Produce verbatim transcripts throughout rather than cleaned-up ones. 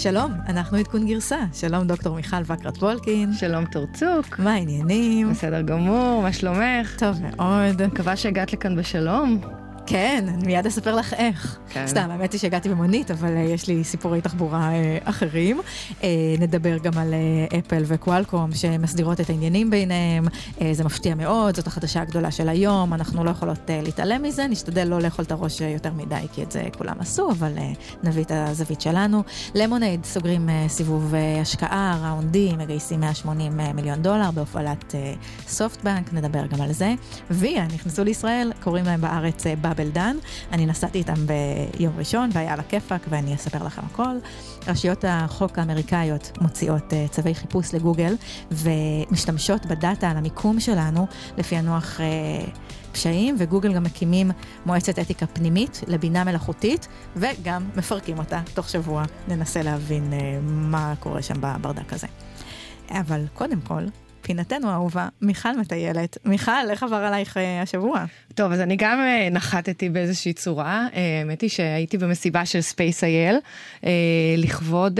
שלום, אנחנו עדכון גרסה. שלום דוקטור מיכל וקרת וולקין. שלום תורצוק. מה העניינים? בסדר גמור, מה שלומך? טוב מאוד. מקווה שהגעת לכאן בשלום. כן, אני מיד אספר לך איך. כן. סתם, האמת היא שהגעתי במונית, אבל uh, יש לי סיפורי תחבורה uh, אחרים. Uh, נדבר גם על uh, אפל וקואלקום שמסדירות את העניינים ביניהם. Uh, זה מפתיע מאוד, זאת החדשה הגדולה של היום. אנחנו לא יכולות uh, להתעלם מזה, נשתדל לא לאכול את הראש יותר מדי, כי את זה כולם עשו, אבל uh, נביא את הזווית שלנו. למונייד סוגרים uh, סיבוב uh, השקעה, ראונדי, מגייסים מאה ושמונים מיליון דולר בהופעלת uh, סופטבנק, נדבר גם על זה. ויה, נכנסו לישראל, קוראים להם בארץ uh, בלדן. אני נסעתי איתם ביום ראשון, והיה על הכיפק, ואני אספר לכם הכל. רשויות החוק האמריקאיות מוציאות uh, צווי חיפוש לגוגל, ומשתמשות בדאטה על המיקום שלנו, לפי הנוח uh, פשעים, וגוגל גם מקימים מועצת אתיקה פנימית לבינה מלאכותית, וגם מפרקים אותה תוך שבוע. ננסה להבין uh, מה קורה שם בברדק הזה. אבל קודם כל, פינתנו האהובה, מיכל מטיילת. מיכל, איך עבר עלייך השבוע? טוב, אז אני גם נחתתי באיזושהי צורה. האמת היא שהייתי במסיבה של ספייס אייל, לכבוד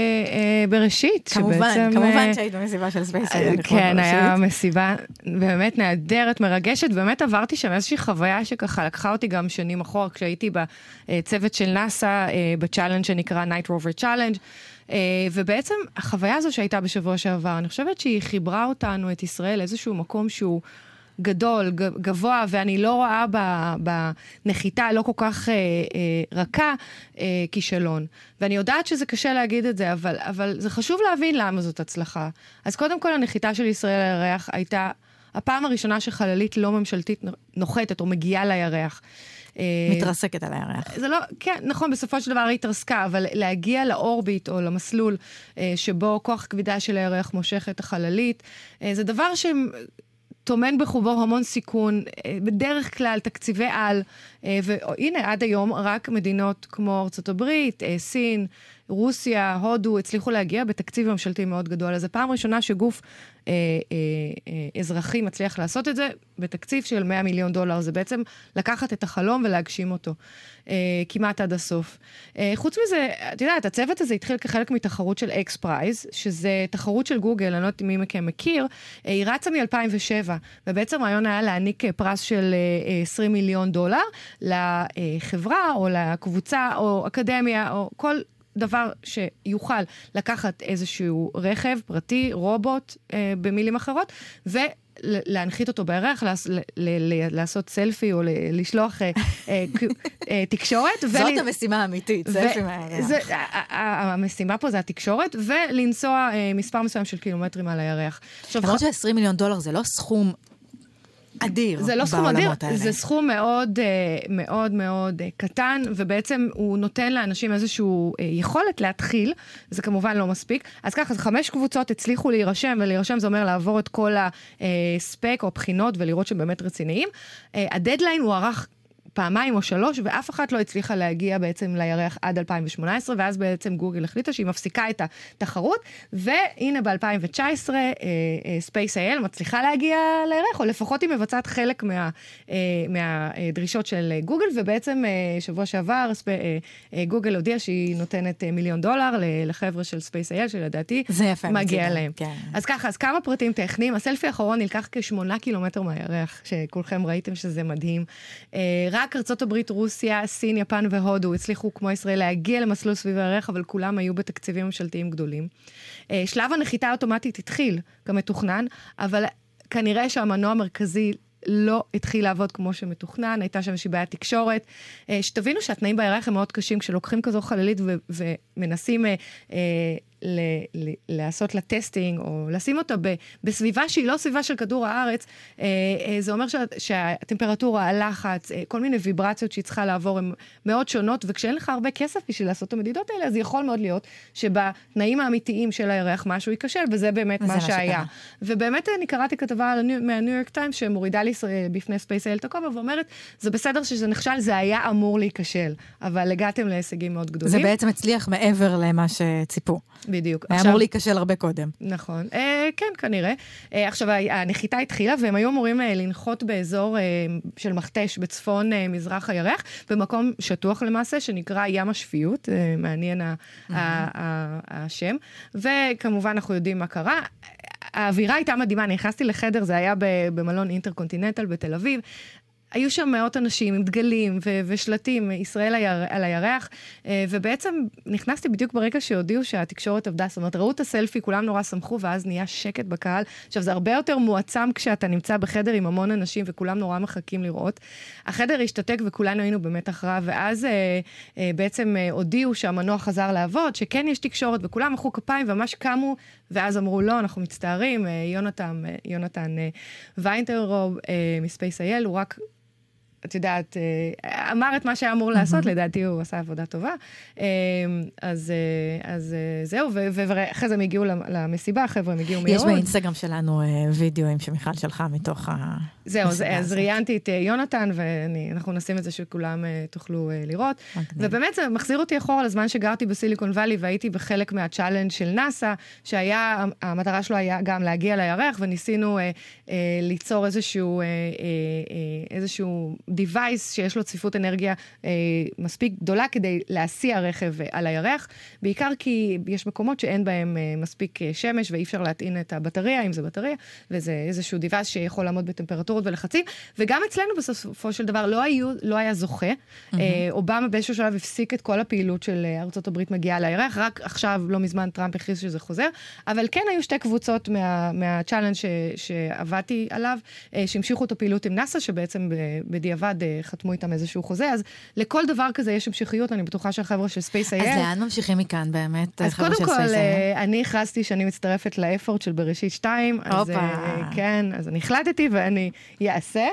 בראשית. כמובן, כמובן שהיית במסיבה של ספייס אייל לכבוד בראשית. כן, היה מסיבה באמת נהדרת, מרגשת. באמת עברתי שם איזושהי חוויה שככה לקחה אותי גם שנים אחורה, כשהייתי בצוות של נאסא, בצ'אלנג' שנקרא Night Rover Challenge, Uh, ובעצם החוויה הזו שהייתה בשבוע שעבר, אני חושבת שהיא חיברה אותנו, את ישראל, איזשהו מקום שהוא גדול, ג- גבוה, ואני לא רואה ב- בנחיתה לא כל כך uh, uh, רכה uh, כישלון. ואני יודעת שזה קשה להגיד את זה, אבל, אבל זה חשוב להבין למה זאת הצלחה. אז קודם כל הנחיתה של ישראל לירח הייתה הפעם הראשונה שחללית לא ממשלתית נוחתת או מגיעה לירח. מתרסקת על הירח. זה לא, כן, נכון, בסופו של דבר היא התרסקה, אבל להגיע לאורביט או למסלול שבו כוח כבידה של הירח מושך את החללית, זה דבר שטומן בחובו המון סיכון, בדרך כלל תקציבי על, והנה עד היום רק מדינות כמו ארצות הברית, סין, רוסיה, הודו, הצליחו להגיע בתקציב ממשלתי מאוד גדול. אז זו פעם ראשונה שגוף אה, אה, אה, אזרחי מצליח לעשות את זה בתקציב של מאה מיליון דולר. זה בעצם לקחת את החלום ולהגשים אותו אה, כמעט עד הסוף. אה, חוץ מזה, את יודעת, הצוות הזה התחיל כחלק מתחרות של אקס פרייז, שזה תחרות של גוגל, אני לא יודעת מי מכם מכיר, אה, היא רצה מ-אלפיים ושבע, ובעצם הרעיון היה להעניק פרס של אה, עשרים מיליון דולר לחברה או לקבוצה או אקדמיה או כל דבר שיוכל לקחת איזשהו רכב פרטי, רובוט, אה, במילים אחרות, ולהנחית אותו בירח, לעש, ל, ל, לעשות סלפי או ל, לשלוח אה, אה, אה, תקשורת. זאת ול... המשימה האמיתית, סלפי מהירח. זה, המשימה פה זה התקשורת, ולנסוע אה, מספר מסוים של קילומטרים על הירח. למרות ש-עשרים מיליון דולר זה לא סכום אדיר. זה לא סכום אדיר, זה סכום מאוד מאוד מאוד קטן, ובעצם הוא נותן לאנשים איזשהו יכולת להתחיל, זה כמובן לא מספיק. אז ככה, חמש קבוצות הצליחו להירשם, ולהירשם זה אומר לעבור את כל הספק או בחינות, ולראות שהם באמת רציניים. הדדליין הוא ערך פעמיים או שלוש, ואף אחת לא הצליחה להגיע בעצם לירח עד אלפיים שמונה עשרה, ואז בעצם גוגל החליטה שהיא מפסיקה את התחרות, והנה ב-אלפיים תשע עשרה ספייס אייל מצליחה להגיע לירח, או לפחות היא מבצעת חלק מה, מהדרישות של גוגל, ובעצם שבוע שעבר גוגל הודיעה שהיא נותנת מיליון דולר לחבר'ה של ספייס אייל, שלדעתי מגיע להם. כן. אז ככה, אז כמה פרטים טכניים, הסלפי האחרון נלקח כשמונה קילומטר מהירח, שכולכם ראיתם שזה מדהים. רק ארצות הברית, רוסיה, סין, יפן והודו הצליחו כמו ישראל להגיע למסלול סביב הירח, אבל כולם היו בתקציבים ממשלתיים גדולים. שלב הנחיתה האוטומטית התחיל כמתוכנן, אבל כנראה שהמנוע המרכזי לא התחיל לעבוד כמו שמתוכנן, הייתה שם איזושהי בעיית תקשורת. שתבינו שהתנאים בירח הם מאוד קשים, כשלוקחים כזו חללית ו- ומנסים אה, אה, ל- ל- לעשות לה טסטינג, או לשים אותה ב- בסביבה שהיא לא סביבה של כדור הארץ, אה, אה, זה אומר שה- שהטמפרטורה, הלחץ, אה, כל מיני ויברציות שהיא צריכה לעבור הן מאוד שונות, וכשאין לך הרבה כסף בשביל לעשות את המדידות האלה, אז יכול מאוד להיות שבתנאים האמיתיים של הירח משהו ייכשל, וזה באמת מה שהיה. ובאמת אני קראתי כתבה מהניו יורק טיימס שמורידה לי בפני ספייס אייל את הכובע, ואומרת, זה בסדר שזה נכשל, זה היה אמור להיכשל, אבל הגעתם להישגים מאוד גדולים. זה בעצם הצליח מעבר למה שציפו. בדיוק. היה אמור להיכשל הרבה קודם. נכון. אה, כן, כנראה. אה, עכשיו, הנחיתה התחילה, והם היו אמורים אה, לנחות באזור אה, של מכתש בצפון אה, מזרח הירח, במקום שטוח למעשה, שנקרא ים השפיות, אה, מעניין mm-hmm. השם, וכמובן אנחנו יודעים מה קרה. האווירה הייתה מדהימה, אני נכנסתי לחדר, זה היה במלון אינטרקונטיננטל בתל אביב, היו שם מאות אנשים עם דגלים ו- ושלטים, ישראל היר- על הירח, ובעצם נכנסתי בדיוק ברגע שהודיעו שהתקשורת עבדה, זאת אומרת, ראו את הסלפי, כולם נורא שמחו, ואז נהיה שקט בקהל. עכשיו, זה הרבה יותר מועצם כשאתה נמצא בחדר עם המון אנשים, וכולם נורא מחכים לראות. החדר השתתק וכולנו היינו במתח רב, ואז אה, אה, בעצם אה, הודיעו שהמנוע חזר לעבוד, שכן יש תקשורת, וכולם מחאו כפיים, וממש קמו, ואז אמרו, לא, אנחנו מצטערים, אה, יונתן, אה, יונתן אה, ויינטרוב אה, מספייס אייל, הוא רק... את יודעת, אמר את מה שהיה אמור לעשות, לדעתי הוא עשה עבודה טובה. אז זהו, ואחרי זה הם הגיעו למסיבה, החבר'ה הם הגיעו מיד. יש באינסטגרם שלנו וידאוים שמיכל שלחה מתוך ה... זהו, אז ראיינתי את יונתן, ואנחנו נשים את זה שכולם תוכלו לראות. ובאמת זה מחזיר אותי אחורה לזמן שגרתי בסיליקון ואלי, והייתי בחלק מהצ'אלנג' של נאסא, שהיה, המטרה שלו היה גם להגיע לירח, וניסינו ליצור איזשהו, איזשהו דיווייס שיש לו צפיפות אנרגיה מספיק גדולה, כדי להסיע רכב על הירח, בעיקר כי יש מקומות שאין בהם מספיק שמש, ואי אפשר להטעין את הבטריה, אם זה בטריה, וזה איזשהו דיווייס שיכול לעמוד בטמפרטורה, ולחצים, וגם אצלנו בסופו של דבר לא, היו, לא היה זוכה. Mm-hmm. אובמה באיזשהו שלב הפסיק את כל הפעילות של ארצות הברית מגיעה לירח, רק עכשיו לא מזמן טראמפ הכריז שזה חוזר, אבל כן היו שתי קבוצות מה, מהצ'אלנג' ש, שעבדתי עליו, שהמשיכו את הפעילות עם נאסא, שבעצם בדיעבד חתמו איתם איזשהו חוזה, אז לכל דבר כזה יש המשכיות, אני בטוחה שהחבר'ה של ספייס אייל. אז לאן ממשיכים מכאן באמת? אז קודם כל, אני הכרזתי שאני מצטרפת לאפורט של בראשית שתיים, אז כן, אז אני החלטתי ואני יעשה,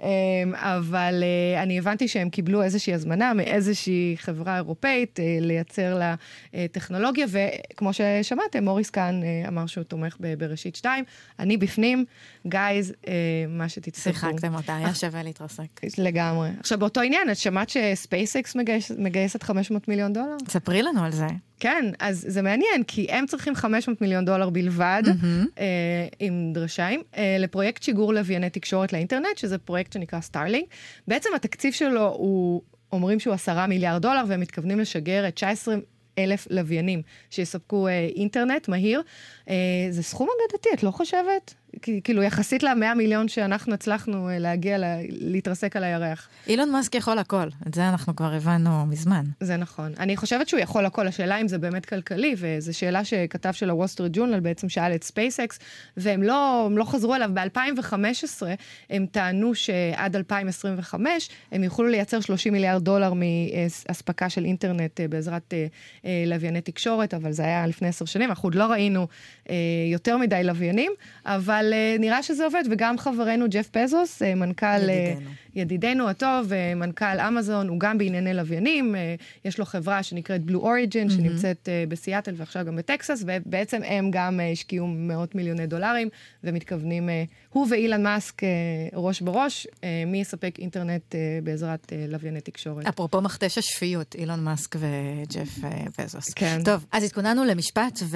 אבל אני הבנתי שהם קיבלו איזושהי הזמנה מאיזושהי חברה אירופאית לייצר לה טכנולוגיה, וכמו ששמעתם, מוריס כאן אמר שהוא תומך בראשית שתיים, אני בפנים, גייז, מה שתצטרכו. שיחקתם אותה, היה שווה להתרסק. לגמרי. עכשיו, באותו עניין, את שמעת שספייסקס מגייסת חמש מאות מיליון דולר? תספרי לנו על זה. כן, אז זה מעניין, כי הם צריכים חמש מאות מיליון דולר בלבד, mm-hmm. אה, עם דרשיים, אה, לפרויקט שיגור לווייני תקשורת לאינטרנט, שזה פרויקט שנקרא סטארלינק. בעצם התקציב שלו הוא, אומרים שהוא עשרה מיליארד דולר, והם מתכוונים לשגר את תשע עשרה אלף לוויינים שיספקו אה, אינטרנט מהיר. אה, זה סכום אגדתי, את לא חושבת? כאילו, יחסית ל-מאה מיליון שאנחנו הצלחנו להגיע, להתרסק על הירח. אילון מאסק יכול הכל. את זה אנחנו כבר הבנו מזמן. זה נכון. אני חושבת שהוא יכול הכל. השאלה אם זה באמת כלכלי, וזו שאלה שכתב של הוול סטריט ג'ורנל בעצם שאל את ספייסקס, והם לא, לא חזרו אליו. ב-אלפיים וחמש עשרה הם טענו שעד אלפיים עשרים וחמש הם יוכלו לייצר שלושים מיליארד דולר מהספקה של אינטרנט בעזרת לווייני תקשורת, אבל זה היה לפני עשר שנים. אנחנו עוד לא ראינו יותר מדי לוויינים, אבל אבל נראה שזה עובד, וגם חברנו ג'ף בזוס, מנכ"ל ידידנו, ידידנו הטוב, מנכ"ל אמזון, הוא גם בענייני לוויינים, יש לו חברה שנקראת בלו אוריג'ן, mm-hmm. שנמצאת בסיאטל ועכשיו גם בטקסס, ובעצם הם גם השקיעו מאות מיליוני דולרים, ומתכוונים, הוא ואילן מאסק ראש בראש, מי יספק אינטרנט בעזרת לווייני תקשורת. אפרופו מכתש השפיות, אילון מאסק וג'ף בזוס. כן. טוב, אז התכוננו למשפט ו,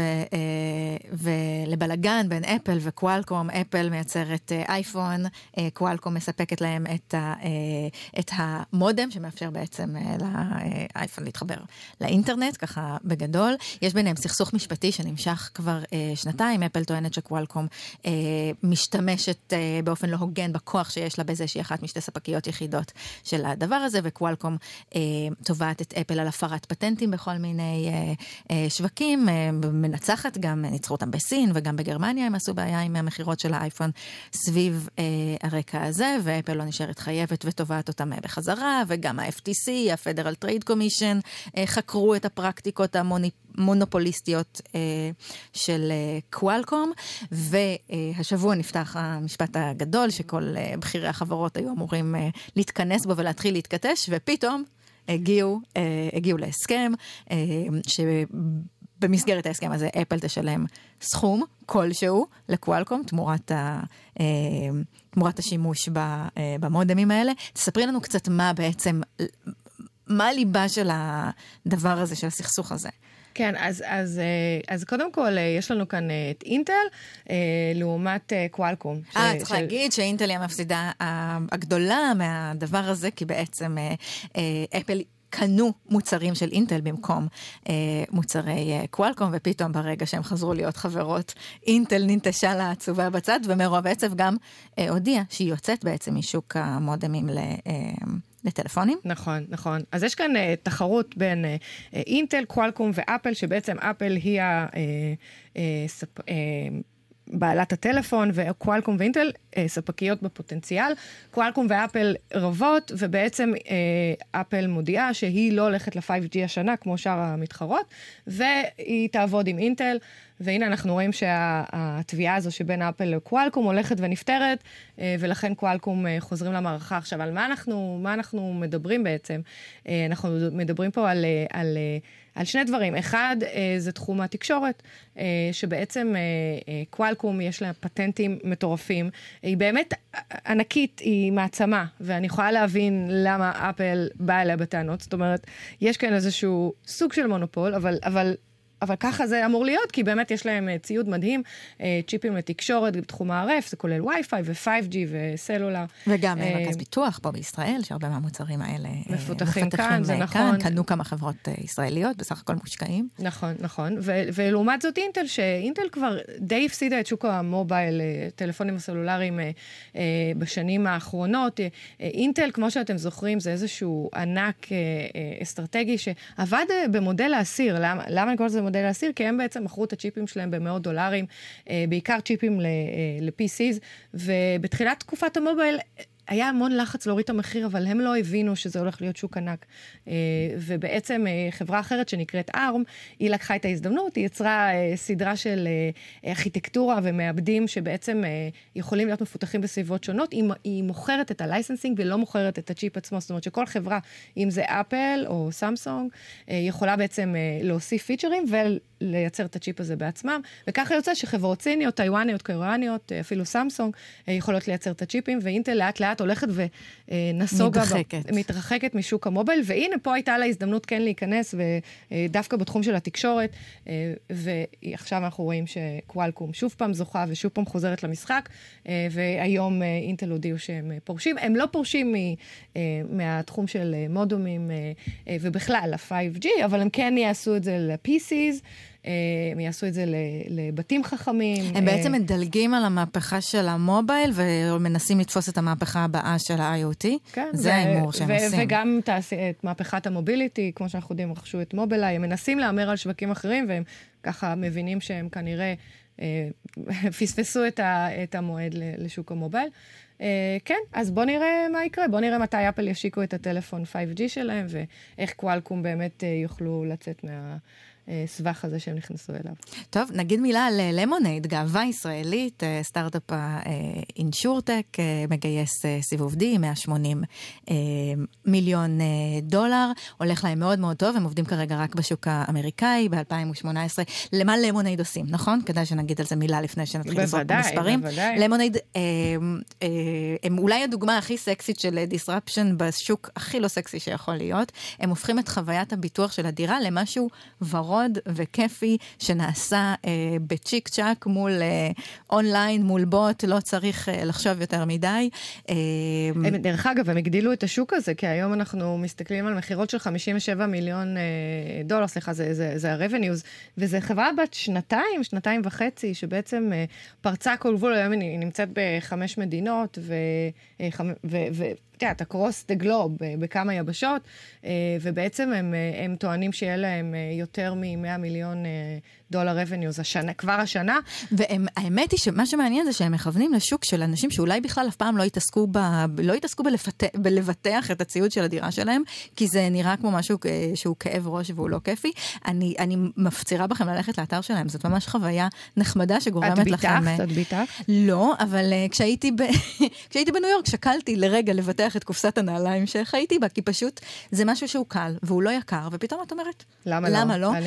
ולבלגן בין אפל וקואלקום. אפל מייצרת אייפון, קואלקום מספקת להם את ה את המודם, שמאפשר בעצם לאייפון להתחבר לאינטרנט, ככה בגדול. יש ביניהם סכסוך משפטי שנמשך כבר שנתיים. אפל טוענת שקואלקום משתמשת באופן לא הוגן בכוח שיש לה בזה שהיא אחת משתי ספקיות יחידות של הדבר הזה, וקואלקום תובעת את אפל על הפרת פטנטים בכל מיני שווקים, מנצחת גם, ניצחו אותם בסין וגם בגרמניה, הם עשו בעיה עם המחירות של האייפון סביב הרקע הזה, ואפל לא נשארת חייבת ותובעת אותם בחזרה, וגם ה-אף טי סי, ה-Federal Trade Commission, חקרו את הפרקטיקות המונופוליסטיות של קואלקום, והשבוע נפתח המשפט הגדול, שכל בחירי החברות היו אמורים להתכנס בו ולהתחיל להתכתש, ופתאום הגיעו, הגיעו להסכם, שבמסגרת ההסכם הזה אפל תשלם סכום כלשהו לקואלקום, תמורת ה... תמורת השימוש במודמים האלה. תספרי לנו קצת מה בעצם, מה הליבה של הדבר הזה, של הסכסוך הזה. כן, אז, אז, אז קודם כל, יש לנו כאן את אינטל, לעומת קואלקום. אה, צריך להגיד שאינטל היא המפסידה הגדולה מהדבר הזה, כי בעצם אפל קנו מוצרים של אינטל במקום מוצרי קואלקום, ופתאום ברגע שהם חזרו להיות חברות, אינטל ננטשה לה עצובה בצד, ומרוב עצב גם הודיעה שהיא יוצאת בעצם משוק המודמים ל... לטלפונים. נכון, נכון. אז יש כאן uh, תחרות בין uh, אינטל, קואלקום ואפל, שבעצם אפל היא ה... Uh, uh, ספ... uh, בעלת הטלפון, וקואלקום ואינטל אה, ספקיות בפוטנציאל. קואלקום ואפל רבות, ובעצם אה, אפל מודיעה שהיא לא הולכת ל-פייב ג'י השנה, כמו שאר המתחרות, והיא תעבוד עם אינטל, והנה אנחנו רואים שהתביעה הזו שבין אפל לקואלקום הולכת ונפטרת, אה, ולכן קואלקום אה, חוזרים למערכה. עכשיו, על מה אנחנו, מה אנחנו מדברים בעצם? אה, אנחנו מדברים פה על... על על שני דברים. אחד, זה תחום התקשורת, שבעצם קואלקום יש לה פטנטים מטורפים. היא באמת ענקית, היא מעצמה, ואני יכולה להבין למה אפל באה אליה בטענות. זאת אומרת, יש כאן איזשהו סוג של מונופול, אבל... אבל אבל ככה זה אמור להיות, כי באמת יש להם ציוד מדהים, צ'יפים לתקשורת בתחום הערף, זה כולל וי-פיי ו-פייב ג'י וסלולר. וגם מרכז ביטוח פה בישראל, שהרבה מהמוצרים האלה מפותחים כאן, זה נכון. קנו כמה חברות ישראליות, בסך הכל מושקעים. נכון, נכון. ולעומת זאת אינטל, שאינטל כבר די הפסידה את שוק המובייל, טלפונים הסלולריים בשנים האחרונות. אינטל, כמו שאתם זוכרים, זה איזשהו ענק אסטרטגי שעבד במודל האסיר. למה, למה אני קורא לזה מודל האסיר? כי הם בעצם מכרו את הצ'יפים שלהם במאות דולרים, בעיקר צ'יפים ל-פי סיז, ובתחילת תקופת המובייל היה המון לחץ להוריד את המחיר, אבל הם לא הבינו שזה הולך להיות שוק ענק. ובעצם חברה אחרת שנקראת ארם, היא לקחה את ההזדמנות, היא יצרה סדרה של ארכיטקטורה ומעבדים שבעצם יכולים להיות מפותחים בסביבות שונות. היא מוכרת את הלייסנסינג ולא מוכרת את הצ'יפ עצמו. זאת אומרת שכל חברה, אם זה אפל או סמסונג, יכולה בעצם להוסיף פיצ'רים ולייצר את הצ'יפ הזה בעצמם. וככה יוצא שחברות סיניות, טיואניות, קוריאניות, אפילו סמסונג, יכולות לייצר את הצ'יפים, ואינטל לאט לאט הולכת ונסוגה, מתרחקת. מתרחקת משוק המובייל, והנה פה הייתה לה הזדמנות כן להיכנס, ודווקא בתחום של התקשורת, ועכשיו אנחנו רואים שקואלקום שוב פעם זוכה, ושוב פעם חוזרת למשחק, והיום אינטל הודיעו שהם פורשים. הם לא פורשים מהתחום של מודומים, ובכלל, ל-פייב ג'י, אבל הם כן יעשו את זה ל-פי סיז, הם יעשו את זה לבתים חכמים. הם בעצם מדלגים על המהפכה של המובייל, ומנסים לתפוס את המהפכה הבאה של ה-איי או טי. כן, זה האימור שהם עושים. וגם את מהפכת המוביליטי, כמו שאנחנו יודעים, רכשו את מובילאיי, הם מנסים לאמר על שווקים אחרים, והם ככה מבינים שהם כנראה פספסו את המועד לשוק המובייל. כן, אז בוא נראה מה יקרה, בוא נראה מתי אפל ישיקו את הטלפון פייב ג'י שלהם, ואיך קואלקום באמת יוכלו לצאת מה... סבך הזה שהם נכנסו אליו. טוב, נגיד מילה על למונייד, גאווה ישראלית, סטארט-אפ האינשורטק, מגייס סיבוב די, מאה ושמונים מיליון דולר, הולך להם מאוד מאוד טוב, הם עובדים כרגע רק בשוק האמריקאי, ב-אלפיים שמונה עשרה. למה למונייד עושים, נכון? כדאי שנגיד על זה מילה לפני שנתחיל לזרוק במספרים. בוודאי. למונייד, הם אולי הדוגמה הכי סקסית של דיסרפשן בשוק הכי לא סקסי שיכול להיות. הם הופכים את חוויית הביטוח של הדירה למשהו ורוד וכיפי שנעשה אה, בצ'יק צ'ק מול אה, אונליין, מול בוט, לא צריך אה, לחשוב יותר מדי. אה, הם, דרך אגב, הם הגדילו את השוק הזה, כי היום אנחנו מסתכלים על מחירות של חמישים ושבעה מיליון אה, דולר, סליחה, זה, זה, זה הרבניוז, וזה חברה בת שנתיים, שנתיים וחצי, שבעצם אה, פרצה כל גבול, היום היא נמצאת בחמש מדינות, ו... אה, חמ... ו, ו אתה קרוס דה גלוב בכמה יבשות, ובעצם הם, הם טוענים שיהיה להם יותר מ-מאה מיליון דולר רבניוז השנה, כבר השנה. והאמת היא שמה שמעניין זה שהם מכוונים לשוק של אנשים שאולי בכלל אף פעם לא התעסקו, ב, לא התעסקו בלפתח, בלבטח את הציוד של הדירה שלהם, כי זה נראה כמו משהו שהוא כאב ראש והוא לא כיפי. אני, אני מפצירה בכם ללכת לאתר שלהם, זאת ממש חוויה נחמדה שגורמת לכם. את ביטחת? את ביטחת? לא, אבל כשהייתי, ב... כשהייתי בניו יורק שקלתי לרגע לבטח את קופסת הנעליים שחייתי בה, כי פשוט זה משהו שהוא קל, והוא לא יקר, ופתאום את אומרת, למה, למה לא? לא? אני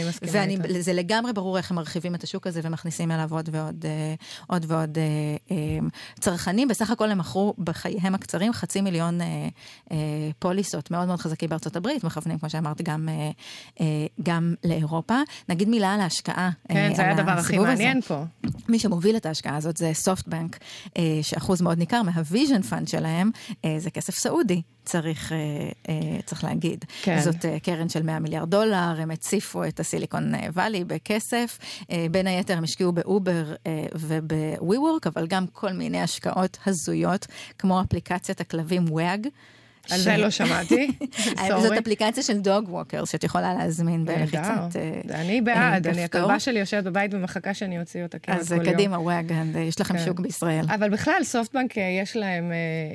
מסכימה איתה. וזה לגמרי ברור איך הם מרחיבים את השוק הזה ומכניסים אליו עוד ועוד, עוד ועוד צרכנים. בסך הכל הם מכרו בחייהם הקצרים חצי מיליון פוליסות מאוד מאוד חזקים בארצות הברית, מכוונים, כמו שאמרתי, גם, גם לאירופה. נגיד מילה על ההשקעה. כן, זה היה הדבר הכי מעניין פה. מי שמוביל את ההשקעה הזאת זה סופטבנק, שאחוז מאוד ניכר מהוויז'ן פאנד שלהם, זה כסף סעודי, צריך, צריך להגיד. כן. זאת קרן של מאה מיליארד דולר, הם הציפו את הסיליקון ואלי בכסף, בין היתר הם השקיעו באובר ובווי-וורק, אבל גם כל מיני השקעות הזויות, כמו אפליקציית הכלבים וואג, על זה לא שמעתי. זאת אפליקציה של דוג ווקר, שאת יכולה להזמין בלחיצת... אני בעד, אני הכלבה שלי יושבת בבית ומחכה שאני אוציא אותה כמעט כל יום. אז קדימה, וואגן, יש לכם שוק בישראל. אבל בכלל, סופטבנק יש להם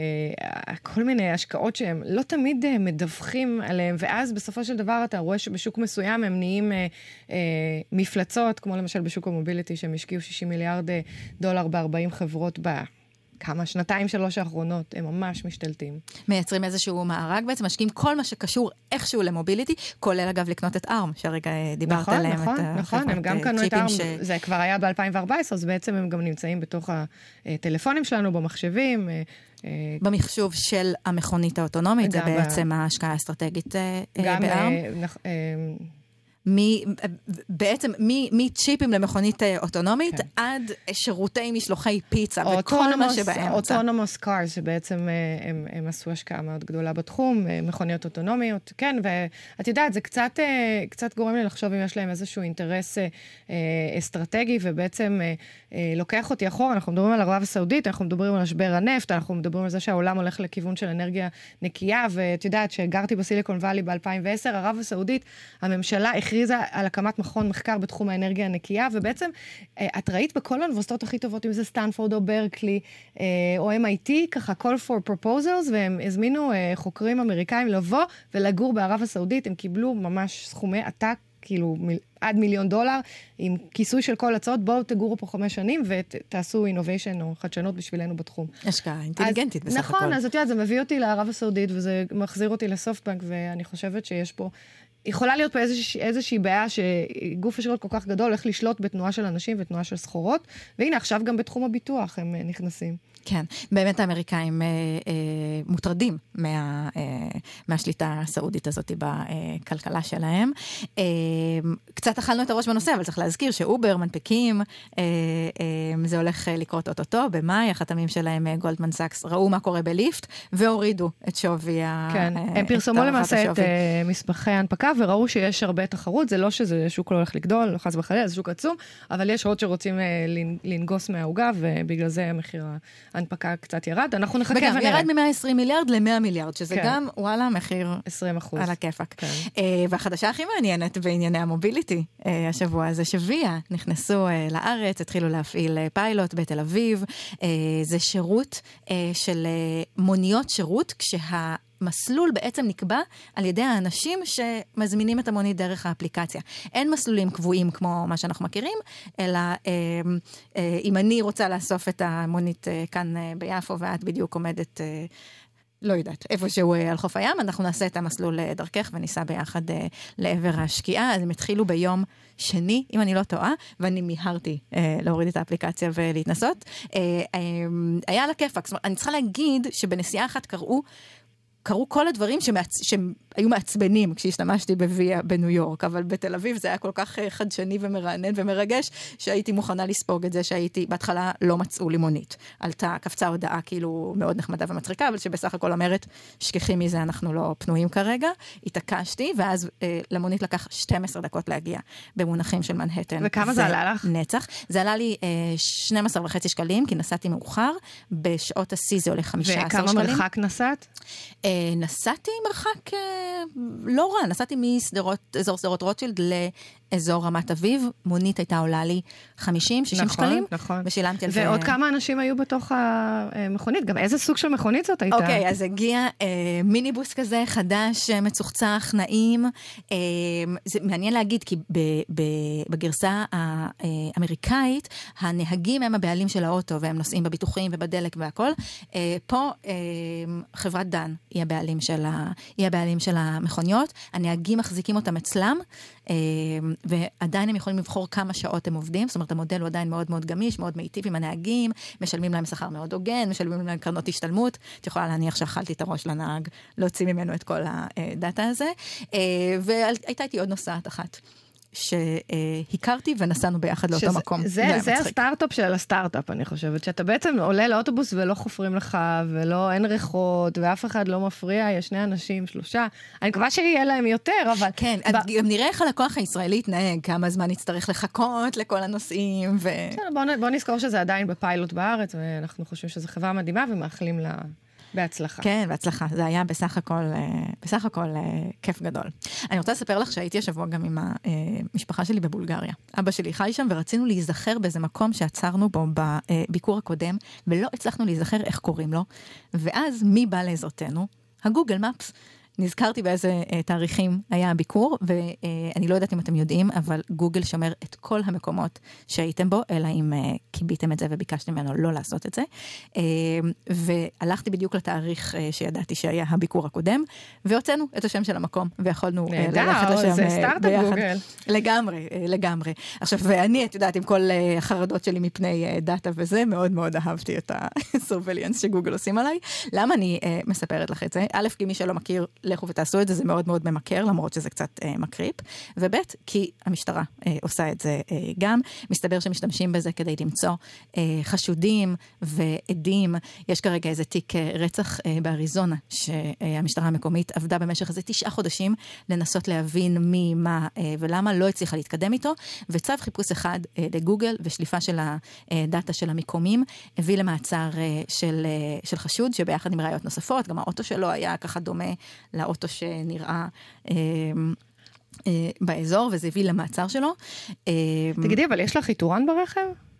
כל מיני השקעות שהם לא תמיד מדווחים עליהם, ואז בסופו של דבר אתה רואה שבשוק מסוים הם נהיים מפלצות, כמו למשל בשוק המוביליטי, שהם השקיעו שישים מיליארד דולר ב-ארבעים חברות בה. כמה, שנתיים, שלוש האחרונות, הם ממש משתלטים. מייצרים איזשהו מארג, בעצם משקיעים כל מה שקשור איכשהו למוביליטי, כולל אגב לקנות את ארם, שהרגע דיברת נכון, עליהם. נכון, את נכון, הם גם קנו את ארם, ש... זה כבר היה ב-אלפיים וארבע עשרה, אז בעצם הם גם נמצאים בתוך הטלפונים שלנו, במחשבים. במחשוב של המכונית האוטונומית, זה בעצם ב... ההשקעה האסטרטגית בארם. נח... מי, בעצם מצ'יפים למכונית אוטונומית, כן. עד שירותי משלוחי פיצה, וכל מה שבאמצע. אוטונומוס קארס, שבעצם הם, הם עשו השקעה מאוד גדולה בתחום, מכוניות אוטונומיות, כן, ואת יודעת, זה קצת, קצת גורם לי לחשוב אם יש להם איזשהו אינטרס אסטרטגי, ובעצם לוקח אותי אחורה, אנחנו מדברים על ערב הסעודית, אנחנו מדברים על משבר הנפט, אנחנו מדברים על זה שהעולם הולך לכיוון של אנרגיה נקייה, ואת יודעת, שגרתי בסיליקון ואלי ב-אלפיים ועשר, ערב הסעודית, הממשלה הכריזה על הקמת מכון מחקר בתחום האנרגיה הנקייה, ובעצם את ראית בכל האוניברסיטאות הכי טובות, אם זה סטנפורד או ברקלי, או אם איי טי, ככה call for proposals, והם הזמינו חוקרים אמריקאים לבוא ולגור בערב הסעודית, הם קיבלו ממש סכומי עתק, כאילו עד מיליון דולר, עם כיסוי של כל הצעות, בואו תגורו פה חמש שנים, ותעשו innovation או חדשנות בשבילנו בתחום. השקעה אינטליגנטית בסך הכל. נכון, אז את יודעת, זה מביא אותי לערב הסעודית, וזה מחזיר אותי לסופטבנק, ואני חושבת שיש פה יכולה להיות פה איזושה, איזושהי בעיה שגוף השקעות כל כך גדול הולך לשלוט בתנועה של אנשים ותנועה של סחורות, והנה עכשיו גם בתחום הביטוח הם נכנסים. כן, באמת האמריקאים אה, אה, מוטרדים מה, אה, מהשליטה הסעודית הזאת בכלכלה שלהם. אה, קצת אכלנו את הראש בנושא, אבל צריך להזכיר שאובר מנפקים, אה, אה, זה הולך לקרות אוטוטו, במאי, החתמים שלהם, גולדמן סאקס, ראו מה קורה בליפט, והורידו את שווי ה... כן, אה, הם פרסמו למעשה את אה, מסמכי ההנפקה, וראו שיש הרבה תחרות, זה לא שזה שוק לא הולך לגדול, חס וחלילה, זה שוק עצום, אבל יש עוד שרוצים אה, לנגוס מההוגה, ובגלל זה המחיר ההנפקה קצת ירד. אנחנו נחכה ונראה. וגם ירד מ-מאה ועשרים מיליארד ל-מאה מיליארד, שזה גם, וואלה, מחיר עשרים אחוז. על הכיפק. והחדשה הכי מעניינת בענייני המוביליטי, השבוע הזה שוויה, נכנסו לארץ, התחילו להפעיל פיילוט בתל אביב, זה שירות של מוניות שירות, כשה... מסלול בעצם נקבע על ידי האנשים שמזמינים את המונית דרך האפליקציה. אין מסלולים קבועים כמו מה שאנחנו מכירים, אלא אה, אה, אם אני רוצה לאסוף את המונית אה, כאן אה, ביפו, ואת בדיוק עומדת, אה, לא יודעת, איפשהו אה, על חוף הים, אנחנו נעשה את המסלול אה, דרכך וניסע ביחד אה, לעבר השקיעה. אז הם התחילו ביום שני, אם אני לא טועה, ואני מיהרתי אה, להוריד את האפליקציה ולהתנסות. אה, אה, היה על הכיפק. זאת אומרת, אני צריכה להגיד שבנסיעה אחת קראו קרו כל הדברים שמעצ... שהיו מעצבנים כשהשתמשתי בוויה בניו יורק, אבל בתל אביב זה היה כל כך חדשני ומרענן ומרגש, שהייתי מוכנה לספוג את זה שהייתי, בהתחלה לא מצאו לי מונית. עלתה, קפצה הודעה כאילו מאוד נחמדה ומצחיקה, אבל שבסך הכל אומרת, שכחי מזה, אנחנו לא פנויים כרגע. התעקשתי, ואז אה, למונית לקח שתים עשרה דקות להגיע, במונחים של מנהטן. וכמה זה עלה לך? נצח. זה עלה לי אה, שנים עשר וחצי שקלים, כי נסעתי מאוחר, בשעות השיא זה עולה חמישה עשר שקלים. וכמה מרחק נסעת? אה, נסעתי מרחק לא רע, נסעתי מסדרות, אזור סדרות רוטשילד לאזור רמת אביב, מונית הייתה עולה לי חמישים שישים שקלים, נכון. ושילמתי על זה. ועוד כמה אנשים היו בתוך המכונית, גם איזה סוג של מכונית זאת הייתה? אוקיי, אז הגיע אה, מיניבוס כזה, חדש, מצוחצח, נעים, אה, זה מעניין להגיד, כי ב, ב, בגרסה האמריקאית, הנהגים הם הבעלים של האוטו, והם נוסעים בביטוחים ובדלק והכל, אה, פה אה, חברת דן היא הבעלים של, ה, היא הבעלים של המכוניות, הנהגים מחזיקים אותם אצלם, ועדיין הם יכולים לבחור כמה שעות הם עובדים, זאת אומרת, המודל הוא עדיין מאוד מאוד גמיש, מאוד מיטיב עם הנהגים, משלמים להם שכר מאוד הוגן, משלמים להם קרנות השתלמות, את יכולה להניח שאכלתי את הראש לנהג, להוציא ממנו את כל הדאטה הזה, והייתה איתי עוד נוסעת אחת. שהכרתי ונסענו ביחד לאותו מקום. זה, זה הסטארט-אפ של הסטארט-אפ, אני חושבת, שאתה בעצם עולה לאוטובוס ולא חופרים לך, ולא, אין ריחות, ואף אחד לא מפריע, יש שני אנשים, שלושה. אני מקווה שיהיה להם יותר, אבל... כן, ב... גם נראה איך הלקוח הישראלי יתנהג, כמה זמן נצטרך לחכות לכל הנושאים, ו... בוא, בוא נזכור שזה עדיין בפיילוט בארץ, ואנחנו חושבים שזו חברה מדהימה, ומאחלים לה... בהצלחה. כן, בהצלחה. זה היה בסך הכל, בסך הכל כיף גדול. אני רוצה לספר לך שהייתי השבוע גם עם המשפחה שלי בבולגריה. אבא שלי חי שם, ורצינו להיזכר באיזה מקום שעצרנו בו בביקור הקודם, ולא הצלחנו להיזכר איך קוראים לו. ואז מי בא לעזרתנו? הגוגל מפס. נזכרתי באיזה uh, תאריכים היה הביקור, ואני uh, לא יודעת אם אתם יודעים, אבל גוגל שומר את כל המקומות שהייתם בו, אלא אם uh, קיביתם את זה וביקשתם ממנו לא לעשות את זה. Uh, והלכתי בדיוק לתאריך uh, שידעתי שהיה הביקור הקודם, והוצאנו את השם של המקום, ויכולנו uh, ללכת לשם uh, זה סטארט-אפ גוגל. לגמרי, uh, לגמרי. עכשיו, ואני, את יודעת, עם כל uh, החרדות שלי מפני uh, דאטה וזה, מאוד מאוד אהבתי את הסורבליאנס שגוגל עושים עליי. למה אני uh, מספרת לך את זה? א', כי מי שלא מכיר, לכו ותעשו את זה, זה מאוד מאוד ממכר, למרות שזה קצת אה, מקריפ, ובית, כי המשטרה אה, עושה את זה אה, גם, מסתבר שמשתמשים בזה כדי למצוא אה, חשודים ועדים, יש כרגע איזה תיק אה, רצח אה, באריזונה, שהמשטרה המקומית עבדה במשך איזה תשעה חודשים, לנסות להבין מי, מה אה, ולמה, לא הצליחה להתקדם איתו, וצו חיפוש אחד אה, לגוגל, ושליפה של הדאטה של המקומים, הביא למעצר אה, של, אה, של חשוד, שביחד עם ראיות נוספות, גם האוטו שלו היה ככה דומה לאוטו שנראה אה, אה, באזור, וזה הביא למעצר שלו. אה, תגידי, אבל יש לך איתורן ברכב?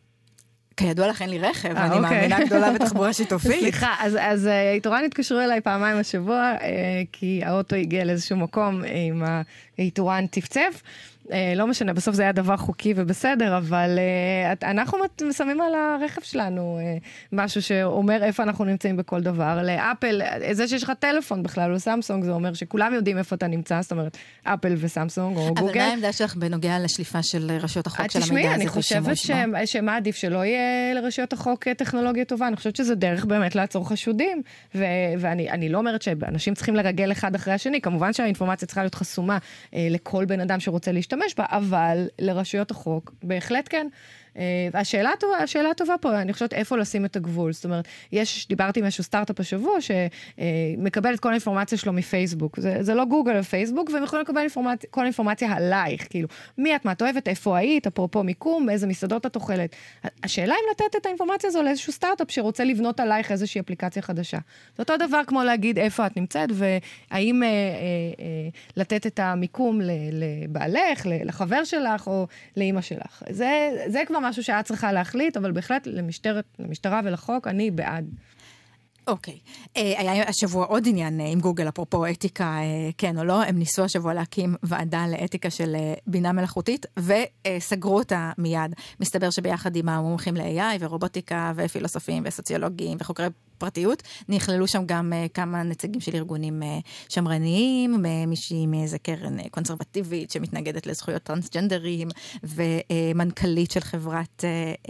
כידוע לך אין לי רכב, 아, אני אוקיי. מאמינה גדולה בתחבורה שיתופית. סליחה, אז, אז איתורן התקשרו אליי פעמיים השבוע, כי האוטו הגיע לאיזשהו מקום עם האיתורן תפצף, לא משנה, בסוף זה היה דבר חוקי ובסדר, אבל אנחנו שמים על הרכב שלנו משהו שאומר איפה אנחנו נמצאים בכל דבר. לאפל, זה שיש לך טלפון בכלל, או סמסונג, זה אומר שכולם יודעים איפה אתה נמצא, זאת אומרת, אפל וסמסונג או גוגל. אבל מה העמדה שלך בנוגע לשליפה של רשויות החוק של המידע הזה? תשמעי, אני חושבת שמה עדיף שלא יהיה לרשויות החוק טכנולוגיה טובה, אני חושבת שזה דרך באמת לעצור חשודים, ואני לא אומרת שאנשים צריכים לרגל אחד אחרי השני, כמובן שהאינפורמציה צריכה להיות חסומה לכל בן אדם שרוצה להשתמש בה, אבל לרשויות החוק, בהחלט כן. והשאלה הטובה, השאלה הטובה פה, אני חושבת איפה לשים את הגבול. זאת אומרת, יש, דיברתי עם איזשהו סטארט-אפ השבוע, שמקבל את כל האינפורמציה שלו מפייסבוק. זה, זה לא גוגל ופייסבוק, והם יכולים לקבל אינפורמציה, כל האינפורמציה עלייך, כאילו, מי את, מה את אוהבת, איפה היית, אפרופו מיקום, איזה מסעדות את אוכלת. השאלה אם לתת את האינפורמציה הזו לאיזשהו סטארט-אפ שרוצה לבנות עלייך איזושהי אפליקציה חדשה. זה אותו דבר כמו להגיד איפה את נמצאת, והאם אה, אה, אה, לתת את המיקום לבעלך, לחבר שלך, או לאמא שלך. זה, זה כבר משהו שהיה צריכה להחליט, אבל בהחלט למשטרת, למשטרה ולחוק, אני בעד. אוקיי. היה השבוע עוד עניין עם גוגל, אפרופו אתיקה, כן או לא, הם ניסו השבוע להקים ועדה לאתיקה של בינה מלאכותית, וסגרו אותה מיד. מסתבר שביחד עם המומחים ל-איי איי ורובוטיקה ופילוסופים וסוציולוגים וחוקרי פרטיות, נכללו שם גם כמה נציגים של ארגונים שמרניים, מישהי מאיזה קרן קונסרבטיבית שמתנגדת לזכויות טרנסג'נדרים, ומנכ"לית של חברת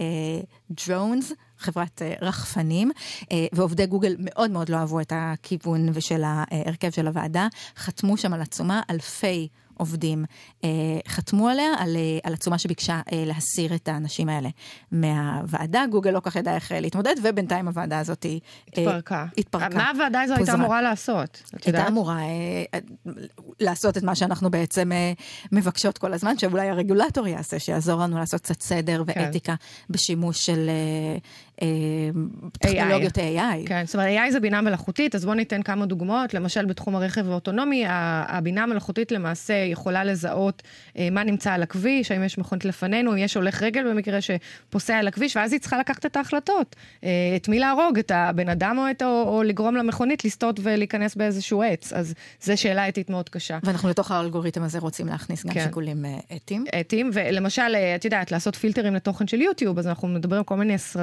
דרונס, חברת רחפנים, ועובדי גוגל מאוד מאוד לא אהבו את הכיוון ושל ההרכב של הוועדה, חתמו שם על עצומה אלפי עובדים חתמו עליה, על, על עצומה שביקשה להסיר את האנשים האלה מהוועדה. גוגל לא כך ידע איך להתמודד, ובינתיים הוועדה הזאת התפרקה. התפרקה. מה הוועדה הזו הייתה אמורה לעשות? הייתה אמורה לעשות את מה שאנחנו בעצם מבקשות כל הזמן, שאולי הרגולטור יעשה, שיעזור לנו לעשות קצת סדר ואתיקה בשימוש של טכנולוגיות איי איי. כן, זאת אומרת, איי איי זה בינה מלאכותית, אז בואו ניתן כמה דוגמאות, למשל בתחום הרכב האוטונומי, הבינה המלאכותית למעשה יכולה לזהות מה נמצא על הכביש, האם יש מכונית לפנינו, אם יש הולך רגל במקרה שפוסע על הכביש, ואז היא צריכה לקחת את ההחלטות. את מי להרוג, את הבן אדם או, את, או, או לגרום למכונית לסטות ולהיכנס באיזשהו עץ. אז זו שאלה אתית מאוד קשה. ואנחנו לתוך האלגוריתם הזה רוצים להכניס גם כן. שיקולים אתיים. אתיים, ולמשל, את יודעת, לעשות פילטרים לתוכן של יוטיוב, אז אנחנו מדברים על כל מיני סרטים ביוטיוב,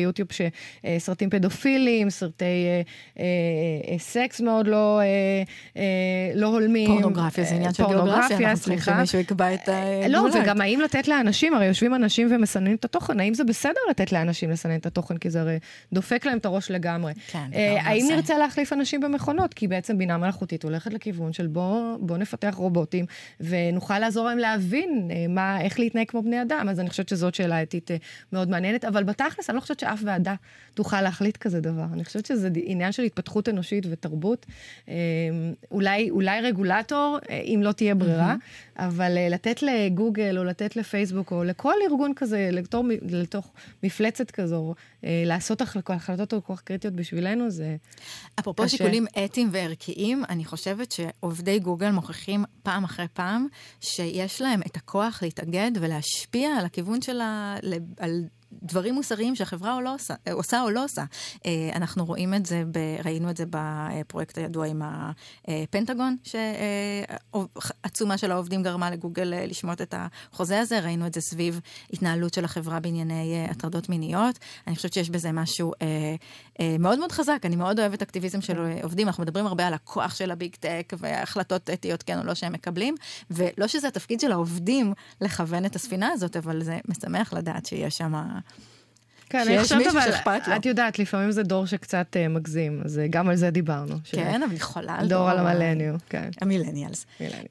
ביוטיוב שסרטים פדופילים, סרטי סקס מאוד לא הולמים. פורנוגרפיה, זה עניין של גיאוגרפיה, אנחנו צריכים שמישהו יקבע את הגבולות. לא, וגם האם לתת לאנשים, הרי יושבים אנשים ומסננים את התוכן, האם זה בסדר לתת לאנשים לסנן את התוכן, כי זה הרי דופק להם את הראש לגמרי. האם נרצה להחליף אנשים במכונות, כי בעצם בינה מלאכותית הולכת לכיוון של בוא נפתח רובוטים, ונוכל לעזור להם להבין מה, איך להתנהג כמו בני אדם. אז אני חושבת שזאת שאלה אתית מאוד מעניינת, אבל בתכלס אני לא חושבת שאף ועדה תוכל להחליט כזה דבר. אני חושבת שזה עניין של התפתחות אנושית ותרבות. אולי, אולי רגולטור, אם לא תהיה ברירה, אבל לתת לגוגל או לתת לפייסבוק או לכל ארגון כזה, לתוך, לתוך מפלצת כזו, לעשות החלטות כל כך קריטיות בשבילנו, זה אפרופו קשה. שיקולים אתיים וערכיים, אני חושבת שעובדי גוגל מוכיחים פעם אחרי פעם, שיש להם את הכוח להתאגד ולהשפיע על הכיוון שלה, על דברים מוסריים שהחברה או לא עושה, עושה או לא עושה. אנחנו רואים את זה, ראינו את זה בפרויקט הידוע עם הפנטגון, שעצומה של העובדים גרמה לגוגל לשמוט את החוזה הזה, ראינו את זה סביב התנהלות של החברה בענייני הטרדות מיניות. אני חושבת שיש בזה משהו מאוד מאוד חזק, אני מאוד אוהבת אקטיביזם של עובדים, אנחנו מדברים הרבה על הכוח של הביג טק, והחלטות אתיות כן או לא שהם מקבלים, ולא שזה התפקיד של העובדים לכוון את הספינה הזאת, אבל זה משמח לדעת שיש שם כן, אני חושבת אבל, את יודעת, לפעמים זה דור שקצת מגזים, אז גם על זה דיברנו. כן, אבל יכולה על דור על המילניו, כן. המילניאלס.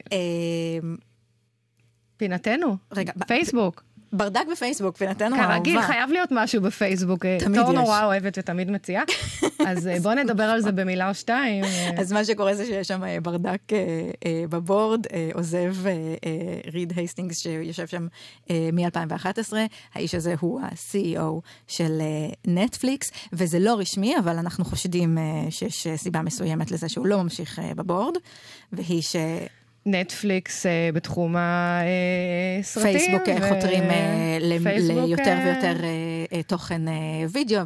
פינתנו, פייסבוק. ברדק בפייסבוק, פינתנו האהובה. כרגיל, חייב להיות משהו בפייסבוק. תמיד יש. תור נורא אוהבת ותמיד מציעה. אז בואו נדבר על זה במילה או שתיים. אז מה שקורה זה שיש שם ברדק בבורד, עוזב ריד הייסטינגס שיושב שם מ-אלפיים ואחת עשרה. האיש הזה הוא ה-סי אי או של נטפליקס, וזה לא רשמי, אבל אנחנו חושדים שיש סיבה מסוימת לזה שהוא לא ממשיך בבורד, והיא ש... נטפליקס בתחום הסרטים. פייסבוק חותרים ליותר ויותר תוכן וידאו,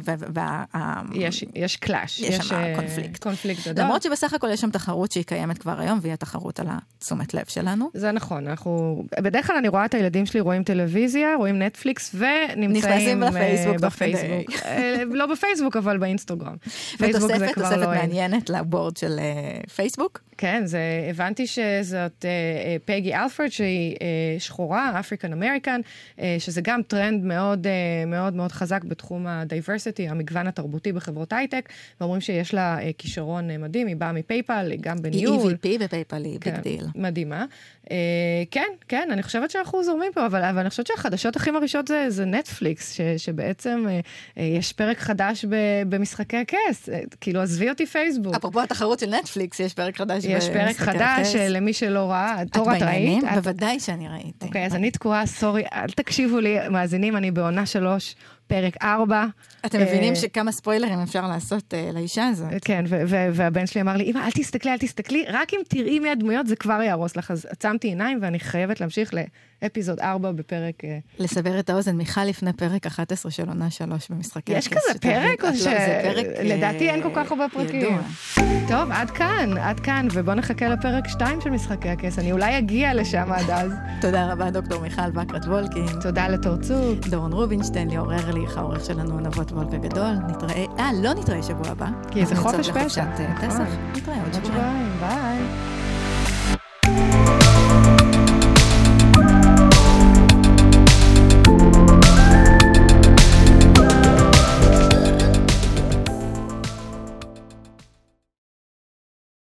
יש קלאש. יש שם קונפליקט. קונפליקט גדול. למרות שבסך הכל יש שם תחרות שהיא קיימת כבר היום, והיא התחרות על התשומת לב שלנו. זה נכון, אנחנו, בדרך כלל אני רואה את הילדים שלי, רואים טלוויזיה, רואים נטפליקס, ונמצאים בפייסבוק. לא בפייסבוק, אבל באינסטגרם. ותוספת, תוספת מעניינת לבורד של פייסבוק. כן, זה, הבנתי שזאת אה, פגי אלפרד, שהיא אה, שחורה, אפריקן אמריקן, אה, שזה גם טרנד מאוד, אה, מאוד, מאוד חזק בתחום הדייברסיטי, המגוון התרבותי בחברות הייטק, ואומרים שיש לה אה, כישרון אה, מדהים, היא באה מפייפל, גם בניהול. היא אי וי פי בפייפל, היא ביג דיל. מדהימה. אה, כן, כן, אני חושבת שאנחנו זורמים פה, אבל, אבל אני חושבת שהחדשות הכי מרישות זה, זה נטפליקס, ש, שבעצם אה, אה, יש פרק חדש ב, במשחקי הכס, אה, כאילו, עזבי אותי פייסבוק. אפרופו התחרות של נטפליקס, יש פרק חדש יש פרק חדש, למי שלא ראה, תור את ראית? בוודאי שאני ראיתי. אוקיי, אז אני תקועה, סורי, אל תקשיבו לי, מאזינים, אני בעונה שלוש, פרק ארבע. אתם מבינים שכמה ספוילרים אפשר לעשות לאישה הזאת. כן, והבן שלי אמר לי, אמא, אל תסתכלי, אל תסתכלי, רק אם תראי מי הדמויות, זה כבר יהרוס לך. אז עצמתי עיניים, ואני חייבת להמשיך לאפיזוד ארבע בפרק... לסבר את האוזן, מיכל לפני פרק אחת עשרה של עונה שלוש במשחקי יש כזה פרק, או ש... לדעתי אין כל כך הרבה פרקים. טוב, עד כאן, עד כאן, ובוא נחכה לפרק שתיים של משחקי הכס. אני אולי אגיע לשם עד אז. תודה רבה, דוקטור מיכל בקרת וולקין. תודה לתור צוק. דורון רובינשטיין, ליאור ארליך, העורך שלנו נבות וולק הגדול. נתראה, אה, לא נתראה שבוע הבא. כי זה חופש פשע. פסח. נתראה עוד שבועיים. ביי.